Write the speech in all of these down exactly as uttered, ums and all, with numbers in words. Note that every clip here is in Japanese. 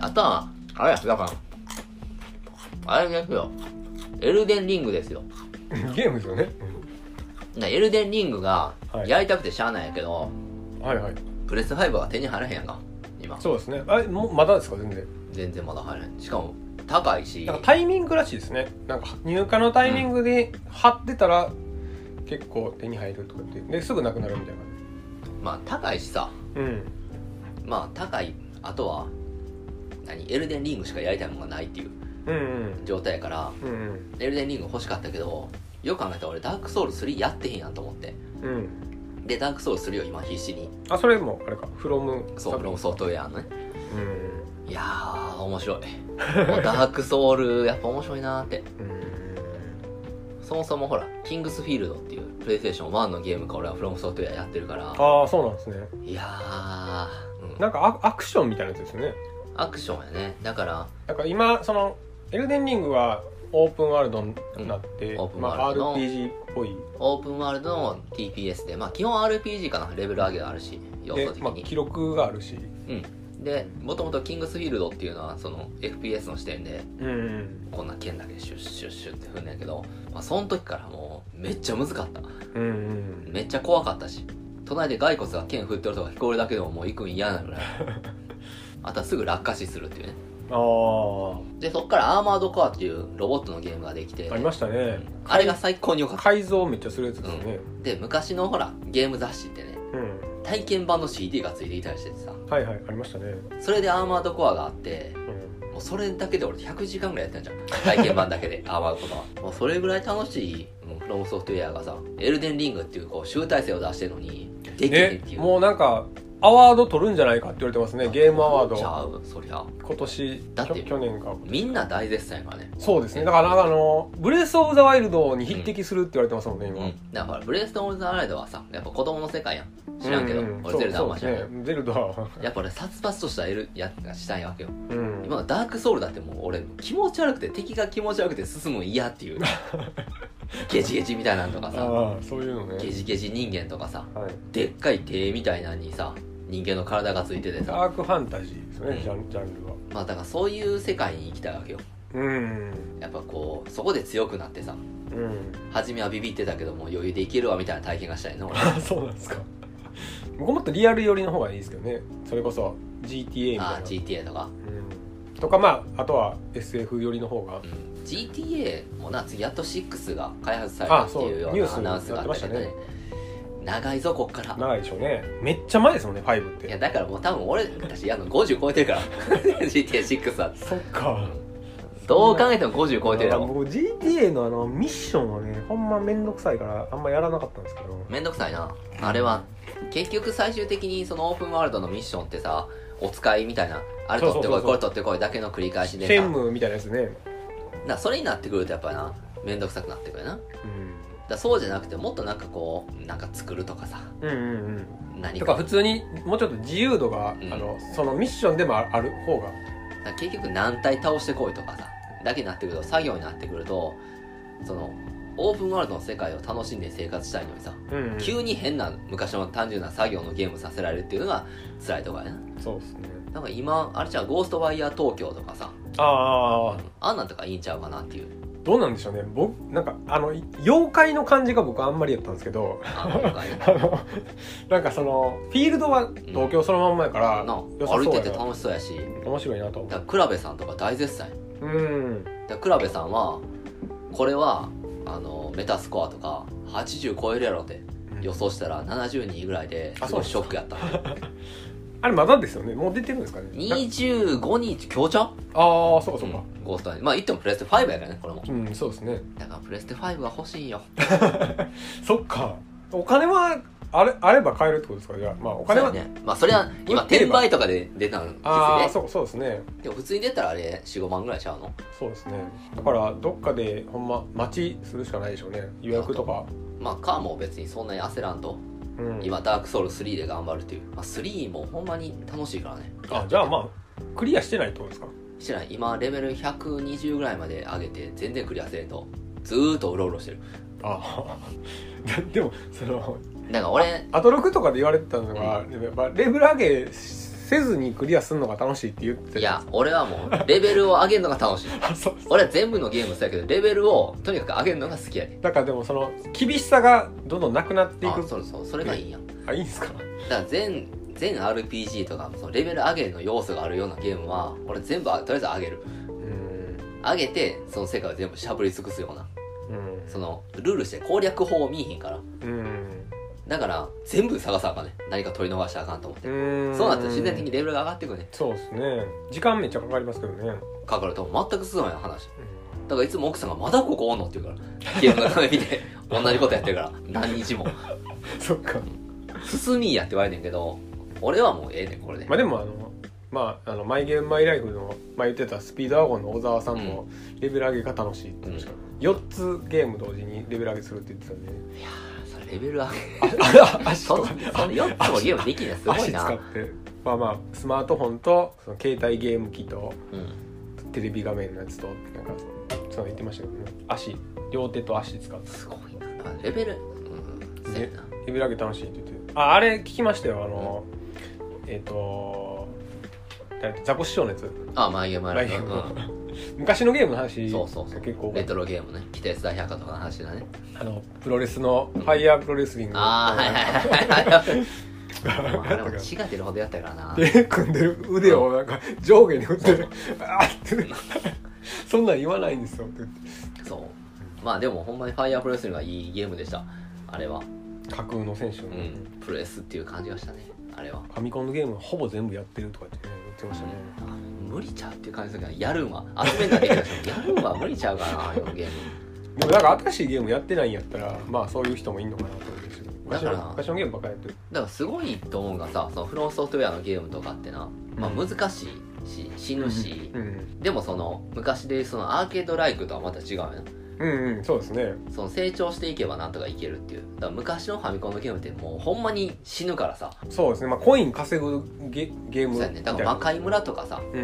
あとはあれやだからあれですよエルデンリングですよゲームですよね、 うん、エルデンリングがやりたくてしゃあないやけど、 はい、はいはいプレステファイブは手に入らへんやんか今。 そうですね。あれもうまだですか？全然全然まだ入らへん。しかも高いしなんかタイミングらしいですね。なんか入荷のタイミングで貼ってたら、うん、結構手に入るとかってですぐなくなるみたいな。 まあ高いしさ、 うん、 まあ高い。あとは何エルデンリングしかやりたいものがないっていう状態やから、 うんうん、 エルデンリング欲しかったけどよく考えたら俺ダークソウルスリーやってへんやんと思って、 うん、 でダークソウルスリーを今必死にあそれもあれかフロムそうフロムソフトウェアのね、 うん、 いやー面白いダークソウルやっぱ面白いなーって、うん、そもそもほらキングスフィールドっていうプレイステーションワンのゲームか俺はフロムソフトウェアやってるから。 ああそうなんですね。 いやー、 うん、なんかアクションみたいなやつですよね。 アクションやね。だからなんか今そのエルデンリングはオープンワールドになって、うん、まあ、アールピージー っぽいオープンワールドの ティーピーエス で、まあ基本 アールピージー かな。レベル上げがあるし要素的に、 まあ、記録があるし、 うん、でもともとキングスフィールドっていうのはその エフピーエス の視点で、うん、こんな剣だけシュッシュッシュッって踏んだけど、まあ、その時からもうめっちゃ難かった、うんうん、めっちゃ怖かったし隣で骸骨が剣振ってる音が聞こえるだけでももう行くん嫌なぐらいあとはすぐ落下死するっていうね。あでそっからアーマードコアっていうロボットのゲームができてありましたね、うん、 あれが最高に良かった。 改造めっちゃするやつですね、 うん、で昔のほらゲーム雑誌ってね、うん、体験版の シーディー がついていたりしててさ、 はいはいありましたね。 それでアーマードコアがあって、うん、もうそれだけで俺ひゃくじかんぐらいやってんじゃん体験版だけでアーマードコアもうそれぐらい楽しい、うん、フロムソフトウェアがさエルデンリングっていうこう集大成を出してるのにできへんっていう、 ね、もうなんかアワード取るんじゃないかって言われてますね。ゲームアワードちゃうそりゃ今年だって去年かみんな大絶賛やからね。 そうですね。だからあのブレスオブザワイルドに匹敵するって言われてますもんね、うん、今、 うん、だからブレスオブザワイルドはさやっぱ子供の世界やん知らんけど、うんうん、俺ゼルダあんま知らんけど、ね、 ゼルダはやっぱ俺殺伐としたエルやつがしたいわけよ、うん、今のダークソウルだってもう俺気持ち悪くて敵が気持ち悪くて進むの嫌っていうゲジゲジみたいなんとかさあそういうのねゲジゲジ人間とかさ、はい、でっかい手みたいなのにさ人間の体がついててさダークファンタジーですね、うん、ジャン、ジャンルはまあだからそういう世界に行きたいわけよ。うんやっぱこうそこで強くなってさ、うん、初めはビビってたけども余裕でいけるわみたいな体験がしたいのそうなんですか。僕もっとリアル寄りの方がいいですけどね。それこそ ジーティーエー みたいなあジーティーエー とか、 うん、とかまああとは エスエフ 寄りの方が、うん、 ジーティーエー もな次やっとシックスが開発されたっていうようなアナウンスがあったけどね。長いぞこっから。 長いでしょうね。めっちゃ前ですもんねファイブって。 いやだからもう多分俺たちやるのごじゅう超えてるからジーティーエーシックス は。 そっかどう考えてもごじゅう超えてるやろ。 僕 ジーティーエー のあのミッションはねほんまめんどくさいからあんまやらなかったんですけど。 めんどくさいなあれは。結局最終的にそのオープンワールドのミッションってさお使いみたいなあれ取ってこいこれ取ってこいだけの繰り返しでさシェンムみたいなやつね。 なそれになってくるとやっぱりなめんどくさくなってくるな、うん、だそうじゃなくてもっとなんかこうなんか作るとかさ、うんうんうん、何かとか普通にもうちょっと自由度が、うん、あのそのミッションでもある方がだ結局何体倒してこいとかさだけになってくると作業になってくるとそのオープンワールドの世界を楽しんで生活したいのにさ、うんうん、急に変な昔の単純な作業のゲームさせられるっていうのが辛いところやな。 そうですね。 なんか今あれじゃゴーストワイヤー東京とかさあ、うん、 あんなんとかいいんちゃうかなっていう。 どうなんでしょうね。僕なんかあの妖怪の感じが僕あんまりやったんですけどあのなんかそのフィールドは東京そのまんまやから、うん、 歩いてて楽しそうやし面白いなと思う。 だから倉部さんとか大絶賛。うんだ倉部さんはこれはあのメタスコアとかはちじゅう超えるやろって予想したらななじゅうにいぐらいですごいショックやった。 あれまだですよね。もう出てるんですかね。 にじゅうごにち今日ちゃう。 ああそうかそうか、 うん、ゴーストにまあ言ってもプレステファイブやからねこれも。 うんそうですね。 だからプレステファイブが欲しいよそっかお金はあれあれば買えるってことですか。じゃあまあお金はねまあそれは今転売とかで出たんですね。 ああそうそうですね。 でも普通に出たらあれ よん、ごまんぐらいちゃうの。 そうですね。だからどっかでほんま待ちするしかないでしょうね。予約とかまあカーも別にそんなに焦らんと、うん、今ダークソウルスリーで頑張るっていう、まあ、スリーもほんまに楽しいからね。 あじゃあまあクリアしてないってことですか。 してない。今レベルひゃくにじゅうぐらいまで上げて全然クリアせれんとずーっとうろうろしてる。 あでもそのだから俺あとろくとかで言われてたのが、うん、やっぱレベル上げせずにクリアするのが楽しいって言ってた。 いや俺はもうレベルを上げるのが楽しいそう俺は全部のゲームそうやけどレベルをとにかく上げるのが好きやね。 だからでもその厳しさがどんどんなくなっていく。 あそうそうそれがいいやん。 あいいんですか。 だから全全 アールピージー とかそのレベル上げの要素があるようなゲームは俺全部とりあえず上げる。うん上げてその世界を全部しゃぶり尽くすような、うん、そのルールして攻略法を見えへんから、うん、だから全部探さなあかんね。何か取り逃したらあかんと思って。うんそうなったら自然的にレベルが上がっていくね。 そうですね。時間めっちゃかかりますけどね。 かかると全く進まない話、うん、だからいつも奥さんがまだここおんのって言うからゲームの画面見て同じことやってるから何日もそっか進みやって言われてんけど俺はもうええねんこれで。 まあでもあのまあ、あのマイゲームマイライフの前言ってたスピードワゴンの小沢さんもレベル上げが楽しいって言ってました、うん、よっつゲーム同時にレベル上げするって言ってたんで。 いやーそれレベル上げ足とかそのよっつもゲームできるのすごいな。 足使ってまあまあスマートフォンとその携帯ゲーム機と、うん、テレビ画面のやつとなんかそう言ってましたけどね。足両手と足使ってすごいなレベル、 うん、レベル上げ楽しいって言ってああれ聞きましたよ。あの、うん、えっ、ー、とザコ師匠のやつ。 ああマイゲームマイライフ、うん、 昔のゲームの話。 そうそうそう結構レトロゲームね。北鉄大百科とかの話だね。 あのプロレスのファイヤープロレスリング、うん、 ああはいはいはいはいあれも血が出るほどやったからな。 手組んでる腕をなんか上下に振ってる、うん、あーってそんなん言わないんですよって言って。 そうまあでもほんまにファイヤープロレスリングがいいゲームでした。あれは架空の選手の、 うん、プロレスっていう感じがしたね。あれはファミコンのゲームほぼ全部やってるとかって、ね、言ってましたね、 うん、無理ちゃうっていう感じですけどやるんは集めなきゃいけないやるんは無理ちゃうかなああいうゲーム。 でもなんか新しいゲームやってないんやったらまあそういう人もいるのかなと思うんですけどだから昔のゲームばっかりやってる。 だからすごいと思うのがさそのフロンソフトウェアのゲームとかってな、まあ、難しいし死ぬし、うんうん、でもその昔でそのアーケードライクとはまた違うよな。 うんうんそうですね。 その成長していけばなんとかいけるっていう。だから昔のファミコンのゲームってもうほんまに死ぬからさ。 そうですね。まあコイン稼ぐ ゲ, ゲームそうやね。だから魔界村とかさ、 うんうん、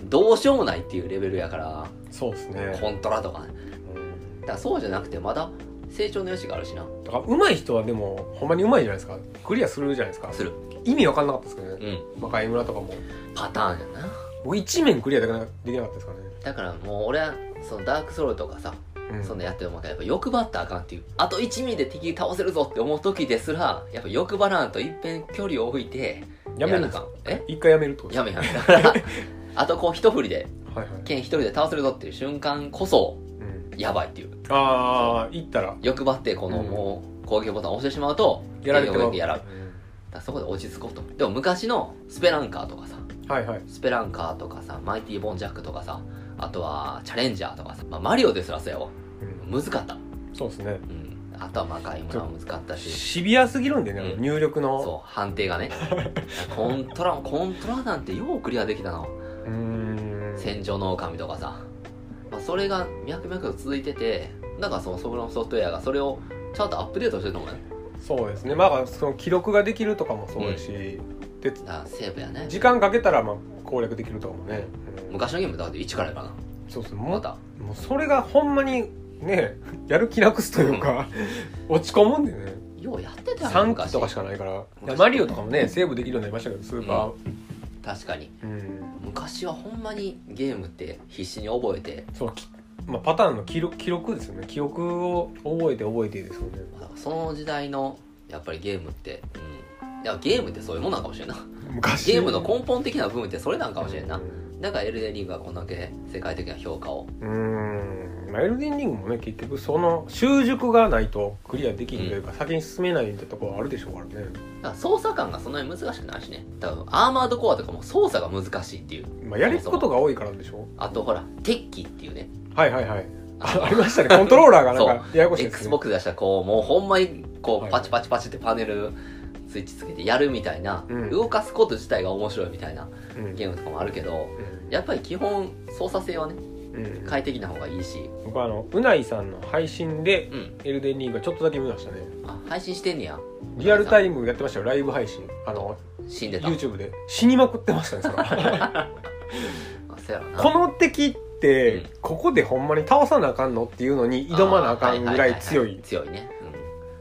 どうしようもないっていうレベルやから。 そうですね。 コントラとかね、うん、だからそうじゃなくてまだ成長の余地があるしな。 だから上手い人はでもほんまに上手いじゃないですか。クリアするじゃないですか。 する。 意味わかんなかったですけどね、 うん、 魔界村とかもパターンやな。 僕一面クリアできなかったですかね。 だからもう俺はそのダークソウルとかさ、うん、そんなやってるもんからやっぱ欲張ったらあかんっていう。あといちミリで敵倒せるぞって思う時ですらやっぱ欲張らんと一遍距離を置いてやめるんですか。え一回やめるってことやめやめだからあとこう一振りではい、はい、剣一人で倒せるぞっていう瞬間こそ、うん、やばいっていう。 ああいったら欲張ってこの、うん、もう攻撃ボタンを押してしまうとやられてもやらう、うん、だからそこで落ち着こうと。でも昔のスペランカーとかさ、 はいはい、 スペランカーとかさマイティーボンジャックとかさあとはチャレンジャーとかさ、まあ、マリオですらそうやわ、うん、難かった。 そうですね、 うん、あとは魔界村も難かったしシビアすぎるんでね、うん、入力のそう判定がねコントラコントラなんてようクリアできたな。うーん戦場の狼とかさ、まあ、それが脈々と続いててだからそのソフトソフトウェアがそれをちゃんとアップデートしてると思うね。 そうですね。まあその記録ができるとかもそうだし、うん、であセーブやね。 時間かけたらまあ攻略できるとかもね、 うん、昔のゲームだって一からやからな。 そうですね。またもうそれがほんまにねやる気なくすというか落ち込むんでね。 ようやってたよさんきとかしかないからマリオとかもねセーブできるようになりましたけどスーパー、うん、 確かに、うん、昔はほんまにゲームって必死に覚えてそう、まあ、パターンの記録、記録ですよね。記憶を覚えて覚えてですよね。 その時代のやっぱりゲームって、うん、いやゲームってそういうもんなんかもしれんな。 昔ゲームの根本的な部分ってそれなんかもしれんな、うん、だからエルデンリングがこんだけ世界的な評価をうーん、まあ、エルデンリングもね結局その習熟がないとクリアできるというか、うん、先に進めないってところはあるでしょうからね。 だから操作感がそんなに難しくないしね。多分アーマードコアとかも操作が難しいっていう、 まあ、やることが多いからでしょ。 あとほら鉄器っていうねはいはいはい あ, ありましたね。コントローラーがなんかややこしいですね。 Xbox 出したらこうもうほんまにこうパチパチパチってパネルスイッチつけてやるみたいな、うん、動かすこと自体が面白いみたいなゲームとかもあるけど、うん、やっぱり基本操作性はね、うん、快適な方がいいし。 僕はあのうないさんの配信でエルデンリングがちょっとだけ見ましたね、 うん、あ配信してんねや。 リアルタイムやってましたよ。ライブ配信あの死んでた YouTube で死にまくってましたねそれあそうやろな。 この敵ってここでほんまに倒さなあかんのっていうのに挑まなあかんぐらい強い。 強いね、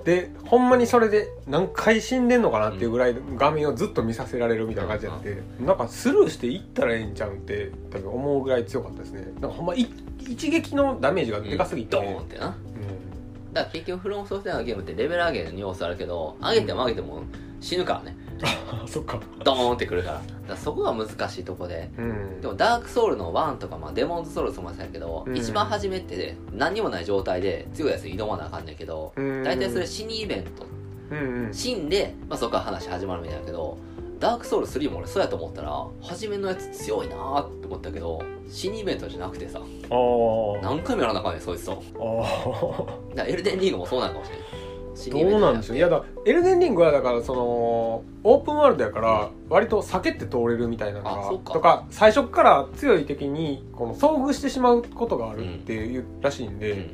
でほんまにそれで何回死んでんのかなっていうぐらい画面をずっと見させられるみたいな感じやって、うん、なんかスルーしていったらええんちゃうんって多分思うぐらい強かったですね。なんかほんま一撃のダメージがでかすぎて、 うん、ドーンってな、うん、だから結局フロムソフトウェアのゲームってレベル上げの要素あるけど上げても上げても死ぬからね、 うん、そっかドーンってくるから、だからそこが難しいとこで、うん、でもダークソウルのワンとか、まあ、デモンズソウルもそうやけど、うん、一番初めって何にもない状態で強いやつに挑まなあかんねんけど、うん、大体それ死にイベント、うんうん、死んで、まあ、そこから話始まるみたいだけど、ダークソウルスリーも俺そうやと思ったら初めのやつ強いなーって思ったけど死にイベントじゃなくてさ、何回もやらなあかんねんそいつと。だからエルデンリングもそうなのかもしれない。 どうなんですよ。いやだエルデンリングはだからそのオープンワールドやから割と避けて通れるみたいなのがとか最初から強い敵にこの遭遇してしまうことがあるっていうらしいんで、うん、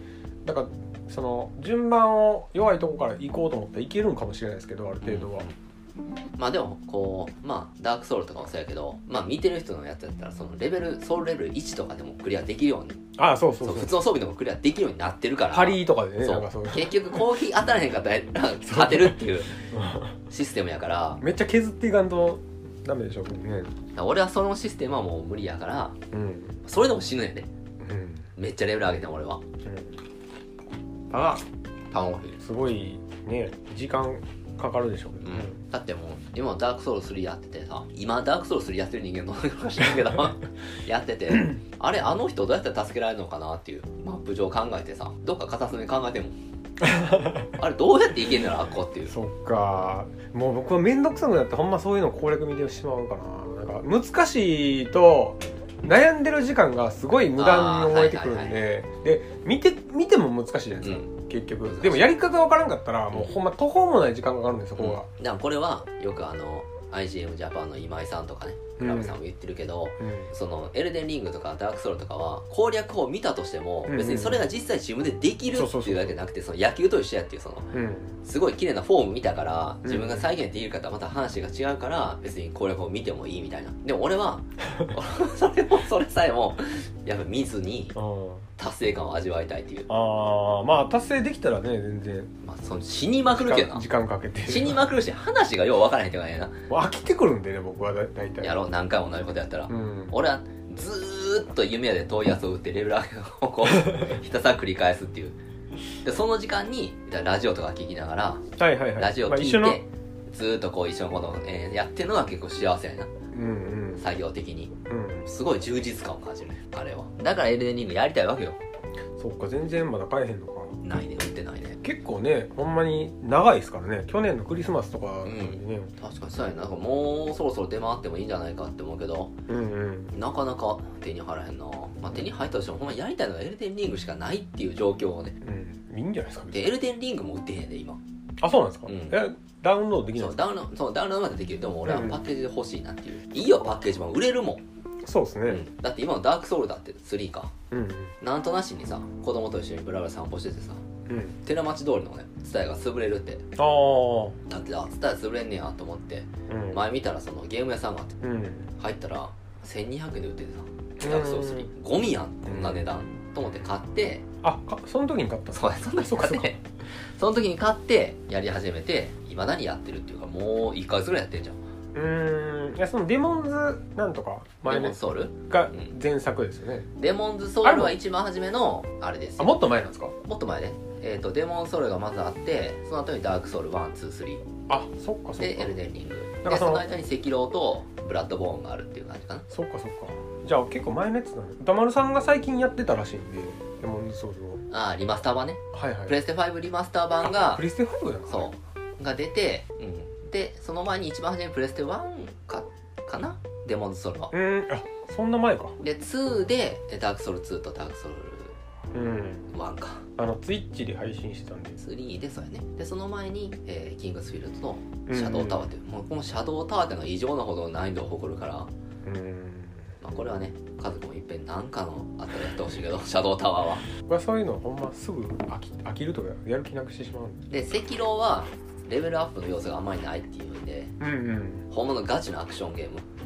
だからその順番を弱いとこから行こうと思ったらいけるんかもしれないですけどある程度は、うんまあでもこうまあダークソウルとかもそうやけどまあ見てる人のやつやったらそのレベルソウルレベルいちとかでもクリアできるようにああそうそうそうそう普通の装備でもクリアできるようになってるからハリーとかでねそうなんかそう結局コーヒー当たらへんかったら勝てるっていうシステムやからめっちゃ削っていかんとダメでしょうね。 俺はそのシステムはもう無理やから、うん、それでも死ぬんやで、うん、めっちゃレベル上げても俺は、うん、ただ頼むすごいね時間かかるでしょうけどね、 うん、だってもう今ダークソウルスリーやっててさ今ダークソウルスリーやってる人間どうなのか知らんけどやっててあれあの人どうやって助けられるのかなっていうマップ上考えてさどっか片隅に考えてもあれどうやっていけんだろあっこっていう。 そっかもう僕はめんどくさくなってほんまそういうの攻略見てしまうかな。なんか難しいと悩んでる時間がすごい無駄に思えてくるんで、はいはいはい、で見て見ても難しいじゃないですか、うん結局でもやり方わからんかったらもうほんま途方もない時間がかかるんですよ、そこが、 うん、だからこれはよくあの アイジーエム ジャパンの今井さんとかねクラブさんも言ってるけど、うん、そのエルデンリングとかダークソウルとかは攻略法を見たとしても、うん、別にそれが実際自分でできるっていうだけじゃなくてその野球と一緒やっていうその、うん、すごい綺麗なフォーム見たから自分が再現できる方はまた話が違うから別に攻略法を見てもいいみたいな。でも俺はそれもそれさえもやっぱ見ずに達成感を味わいたいっていう。 ああまあ達成できたらね全然、 まあ、その死にまくるけどな時間かけて死にまくるし話がよう分からへんってかねな飽きてくるんでね僕はだ大体やろう何回も同じことやったら、うん、俺はずーっと夢やで遠いやつを打ってレベル上げをこうひたすら繰り返すっていうでその時間にラジオとか聞きながら、 はいはいはい、 ラジオ聞いて、まあ、ずーっとこう一緒のことを、えー、やってるのが結構幸せやな、うんうん、作業的に、うん、すごい充実感を感じるねあれは。だからエルデンリングやりたいわけよ。 そっか全然まだ買えへんのか。 ないね売ってないね。 結構ねほんまに長いですからね去年のクリスマスとかにね、 うん、確かにそうやな。なんかもうそろそろ出回ってもいいんじゃないかって思うけど、うんうん、なかなか手に入らへんな。まあ、手に入ったとしてもほんまやりたいのがエルデンリングしかないっていう状況をね、 うん、いいんじゃないですか。 でエルデンリングも売ってへんで今。 あそうなんですか、うん、えダウンロードできないんですか。 そうダウンロードそうダウンロードまでできる。でも俺はパッケージで欲しいなっていう、うん、いいよパッケージも売れるもん。 そうですね、うん、 だって今のダークソウルだってスリーか、うんうん、なんとなしにさ子供と一緒にブラブラ散歩しててさ、うん、寺町通りのねツタヤが潰れるってあだってあツタヤ潰れんねやと思って、うん、前見たらそのゲーム屋さんがあって、うん、入ったらせんにひゃくえんで売っててさダークソウルスリーゴミやんこんな値段、うん、と思って買ってあかその時に買ったそうそんなに買ってその時に買ってやり始めていまだにやってるっていうかもういっかげつぐらいやってんじゃん。 うーんいやそのデモンズなんとかデモンズソウルが前作ですよね、 うん、デモンズソウルは一番初めのあれですよ。 あもっと前なんですか。 もっと前ねえーとデモンズソウルがまずあってその後にダークソウルワン、ツー、スリーあそっかそっかでエルデンリングでその間に赤狼とブラッドボーンがあるっていう感じかな。 そっかそっかじゃあ結構前のやつだね。歌丸さんが最近やってたらしいんでデモンズソウルをああリマスター版ね、 はいはい、 プレステファイブリマスター版がプレステファイブだなそうが出て、うん、でその前に一番初めにプレステワンかかなデモンズソウルはうんあそんな前かでツーでダークソウルツーとダークソウルワンか、 うん、あのツイッチで配信してたんでスリーでそうやね。でその前に、えー、キングスフィールドとシャドウタワーっていう、うんうん、もうこのシャドウタワーっていうのは異常なほど難易度を誇るからうんまあ、これはね家族もいっぺん何かのあったらやってほしいけどシャドウタワーは僕はそういうのほんますぐ飽き、飽きるとかやる気なくしてしまうんで赤狼はレベルアップの要素があんまりないっていうんで、うんうん、本物ガチのアクションゲーム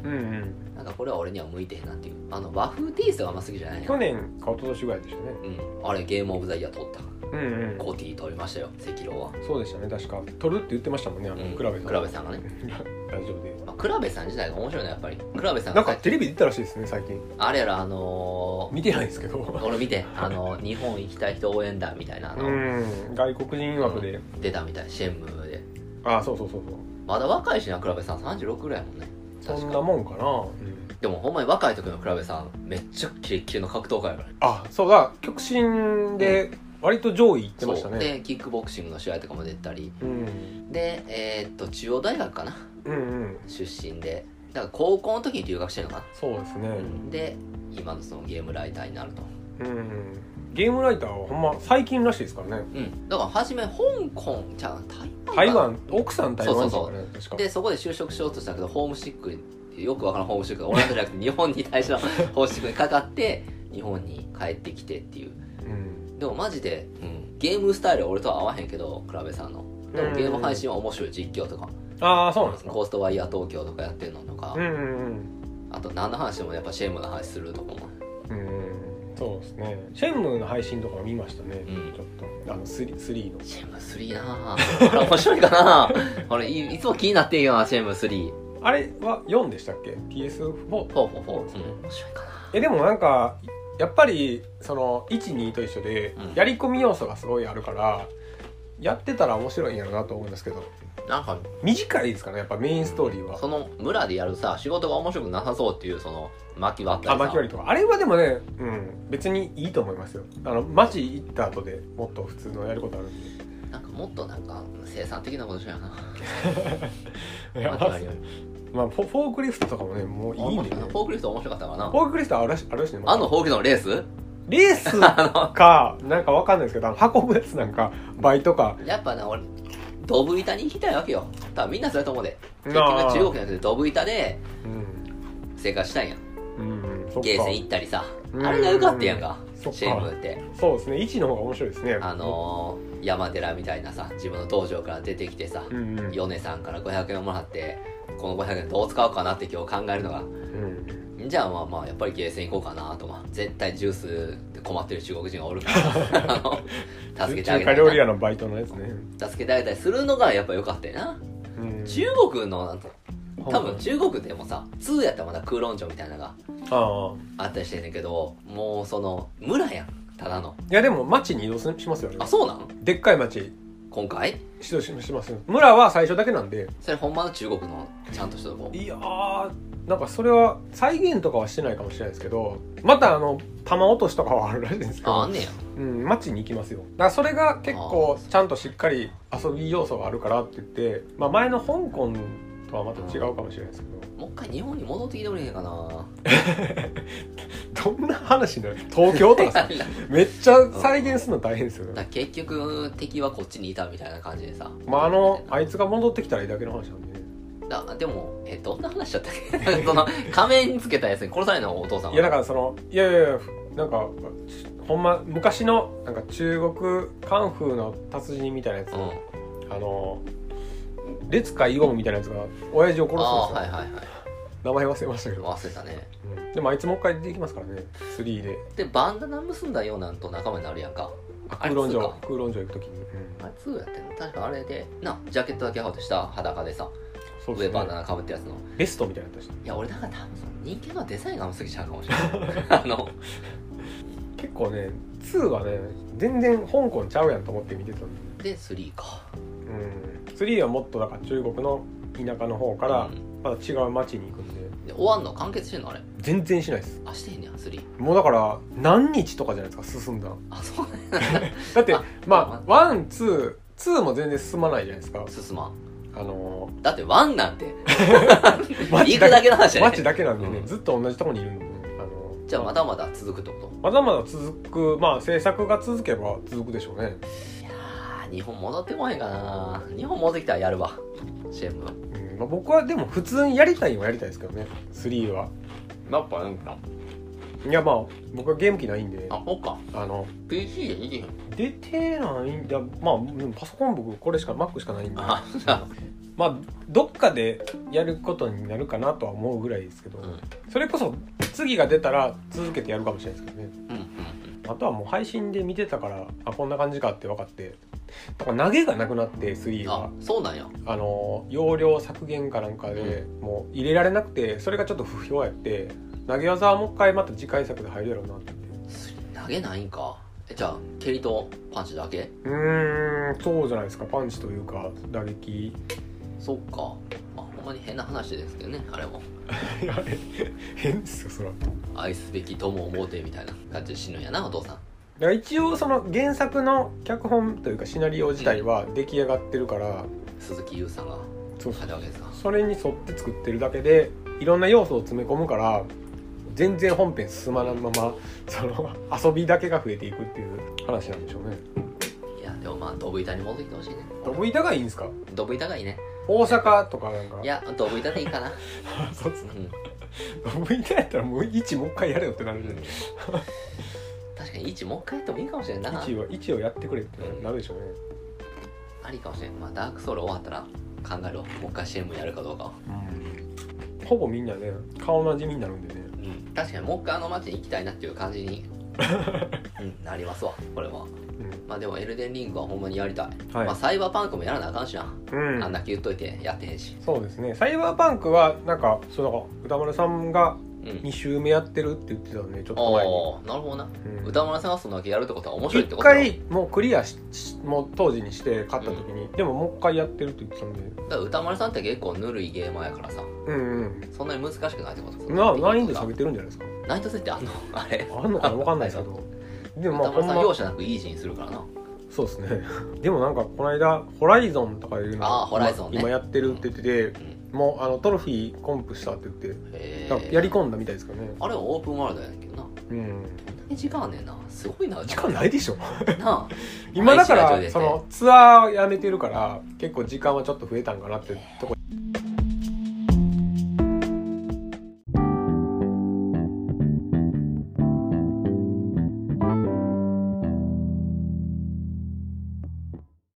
うんうん、なんかこれは俺には向いてへんなっていう。あの和風テイストがあんま好きじゃない。 去年か一昨年ぐらいでしたね。 うん、あれゲームオブザイヤー取った。うんうん、コーティー取りましたよ、赤狼は。 そうでしたね、確か取るって言ってましたもんね、あの、うん、クラベさん。 クラベさんがねラジオで、 まあ、クラベさん自体が面白いのやっぱり。クラベさんがなんかテレビ出たらしいですね最近。 あれやろ、あのー、 見てないんですけど俺見て、あの日本行きたい人応援団みたいなの、 うん、外国人枠で、 うん、出たみたい、シェンムーで。 ああそうそうそうそう、 まだ若いしな、クラベさんさんじゅうろくぐらいやもんね。 そんなもんかな、うん、 でもほんまに若い時のクラベさんめっちゃキレッキレの格闘家やから。 あ、そうだ、極真で割と上位行ってましたね。 でキックボクシングの試合とかも出たり、うん、でえー、っと中央大学かな、うんうん、出身で、だから高校の時に留学してるのかな。 そうですね、うん、 で今のそのゲームライターになると、 うん、ゲームライターはほんま最近らしいですからね。 うん、だから初め香港じゃあ台湾、奥さん台湾とかね、 確かでそこで就職しようとしたけど、ホームシックよくわからんホームシックがオランダじゃなくて日本に対してのホームシックにかかって日本に帰ってきてっていう、うん、でもマジで、うん、ゲームスタイルは俺とは合わへんけど、クラベさんのでもゲーム配信は面白い、実況とか、 ああそうなんですか、 コーストワイヤー東京とかやってるのとか、うんうんうん、あと何の話でもやっぱシェームの話するとかも、 うん、そうですね。シェンムーの配信とか見ましたね、うん、ちょっとあの スリー, スリーのシェンムースリーなぁ、あれ面白いかなあれ い, いつも気になってんよな、シェンムースリー。 あれはよんでしたっけ？ ピーエスフォー？ フォー、フォー、フォーですね、うん、面白いかな。 えでもなんかやっぱりそのいち、にと一緒で、うん、やり込み要素がすごいあるからやってたら面白いんやろなと思うんですけど、なんか短いですかね、やっぱメインストーリーは。 その村でやるさ仕事が面白くなさそうっていうその巻き割ったりさ、 あ、巻き割りとかあれはでもね、うん、別にいいと思いますよ。あの街行った後でもっと普通のやることあるんで、 なんかもっとなんか生産的なことしような。 いやまあ、フォークリフトとかもね、もういいね。フォークリフト面白かったかな。 フォークリフトあるし、あるしね。 あのフォークリフトのレースレースか、なんかわかんないですけど、運ぶやつなんか、倍とか。 やっぱね、俺、ドブ板に行きたいわけよ。多分みんなそれと思うで。結局中国のやつでドブ板で、生活したいやん。うん、ゲーセン行ったりさ。あれが良かったやんか、シェームって。 そうですね、いちの方が面白いですね。 あのー、山寺みたいなさ、自分の道場から出てきてさ、うんうん、米さんからごひゃくえんもらって、このごひゃくえんどう使おうかなって今日考えるのが、うん、じゃあまあまあやっぱりゲーセン行こうかなとか、絶対ジュースで困ってる中国人がおるからあの助けてあげたいな、中華料理屋のバイトのやつね、助けてあげたりするのがやっぱ良かったよな、うん、中国のなんか多分中国でもさにやったらまだ空論城みたいなのがあったりしてんねんけど、もうその村やん、ただの。 いやでも町に移動しますよね。 あ、そうなん？ でっかい町今回指導します。村は最初だけなんで。 それほんまの中国のちゃんとしたとこ？ いやー、なんかそれは再現とかはしてないかもしれないですけど、またあの玉落としとかはあるらしいんですけど、 あ、あんねや。 うん、街に行きますよ。だからそれが結構ちゃんとしっかり遊び要素があるからって言って、まあ前の香港とはまた違うかもしれないですけど、 もう一回日本に戻ってきてくれへんかな。 どんな話になる？東京とかさめっちゃ再現するの大変ですよね。 だ結局敵はこっちにいたみたいな感じでさ、 まああのあいつが戻ってきたらいいだけの話なんでね。 だでもえどんな話だったっけ？その仮面つけたやつに殺されるのお父さんは。 いやだからそのいやいやいやなんかほんま昔のなんか中国カンフーの達人みたいなやつ、うん、あの列かイゴムみたいなやつが親父を殺すんですよ。あ、はいはいはい、名前忘れましたけど。 忘れたね、 うん、でもあいつもう一回出てきますからね、スリーで。 でバンダナ結んだようなんと仲間になるやんか。 空論城空論城行くときに、 うん、あれツーやってんの確かあれでな、ジャケットだけ羽織って下裸でさ、そうですね、上バンダナかぶってやつのベストみたいなやつでした。 いや俺だから多分その人間のデザインが過ぎちゃうかもしれないあの結構ねツーはね全然香港ちゃうやんと思って見てたんで、でスリーか、 うん、スリーはもっとだから中国の田舎の方からまた違う町に行くんで、 うん、で終わんの完結してんのあれ？ 全然しないです。 あ、してへんねや、スリー。 もうだから何日とかじゃないですか進んだ。 あ、そうねだってまあワン、ツー、ツーも全然進まないじゃないですか。 進まん。 あのー、 だってワンなんて行くだけの話じゃない。 街だけなんでね、うん、ずっと同じとこにいるんでね。あのー、 じゃあまだまだ続くってこと？ まだまだ続く、まあ制作が続けば続くでしょうね。 いやー、日本戻ってこへんかな。日本戻ってきたらやるわ、シェーム。 うん、まあ、僕はでも普通にやりたいはやりたいですけどね、スリーは。 やっぱなんかいやまあ僕はゲーム機ないんで。 あ、そうか。 あのピーシー で出てへん。 出てないんだ。まあパソコン僕これしか Mac しかないんで。 あ、じゃあまあどっかでやることになるかなとは思うぐらいですけど、うん、それこそ次が出たら続けてやるかもしれないですけどね、うんうんうん、あとはもう配信で見てたからあこんな感じかって分かって、だから投げがなくなってスリーはあそうなんやあの容量削減かなんかで、うん、もう入れられなくてそれがちょっと不評やって投げ技はもう一回また次回作で入るやろうなって投げないんか。えじゃあ蹴りとパンチだけ？ うーんそうじゃないですか。パンチというか打撃。 そっか、まあ、ほんまに変な話ですけどねあれもいや変ですよそら。 愛すべき友を思うてみたいな感じで死ぬんやなお父さん。 だから一応その原作の脚本というかシナリオ自体は出来上がってるから、うん、 鈴木優さんが書いたわけですか。 それに沿って作ってるだけでいろんな要素を詰め込むから全然本編進まないままその遊びだけが増えていくっていう話なんでしょうね。 いやでもまあドブ板に戻ってきてほしいね。 ドブ板がいいんですか？ ドブ板がいいね。 大阪とかなんか。 いやドブ板でいいかなそうですね、うん、ドブ板やったらもういちもう一回やれよってなるんで、うん、 確かにいちもう一回やってもいいかもしれんな。いちをいちをやってくれってなるでしょうね、 うん、ありかもしれん。まあダークソウル終わったら考えろもう一回 シーエム やるかどうか、 うん、ほぼみんなね顔なじみになるんでね、 うん、確かにもう一回あの街に行きたいなっていう感じに、うん、なりますわこれは、うん、まあでもエルデンリングはほんまにやりたい、はい、まあサイバーパンクもやらなあかんしな、うん、あんだけ言っといてやってへんし。 そうですね。サイバーパンクはなんかそうだから歌丸さんがに週目やってるって言ってたんで、ちょっと前に。 ああなるほどな、うん、歌丸さんがそんだけやるってことは面白いってことだ。 一回もうクリアしもう当時にして勝った時に、うん、でももう一回やってるって言ってたんで。 だから歌丸さんって結構ぬるいゲーマーやからさ、うんうん、そんなに難しくないってことな。難易度下げてるんじゃないですか。 難易度設定あんのあれあんのかな分かんないですけどでもまあ歌丸さん容赦なくイージーにするからな。 そうですねでもなんかこの間ホライゾンとかいうのあホライゾン、ね、 今やってるって言ってて、うん、もうあのトロフィーコンプしたって言ってやり込んだみたいですからね。 あれはオープンワールドやねんけどな。うん時間あんねんな。すごいな。 時間ないでしょなあ今だからそのツアーやめてるから結構時間はちょっと増えたんかなってとこ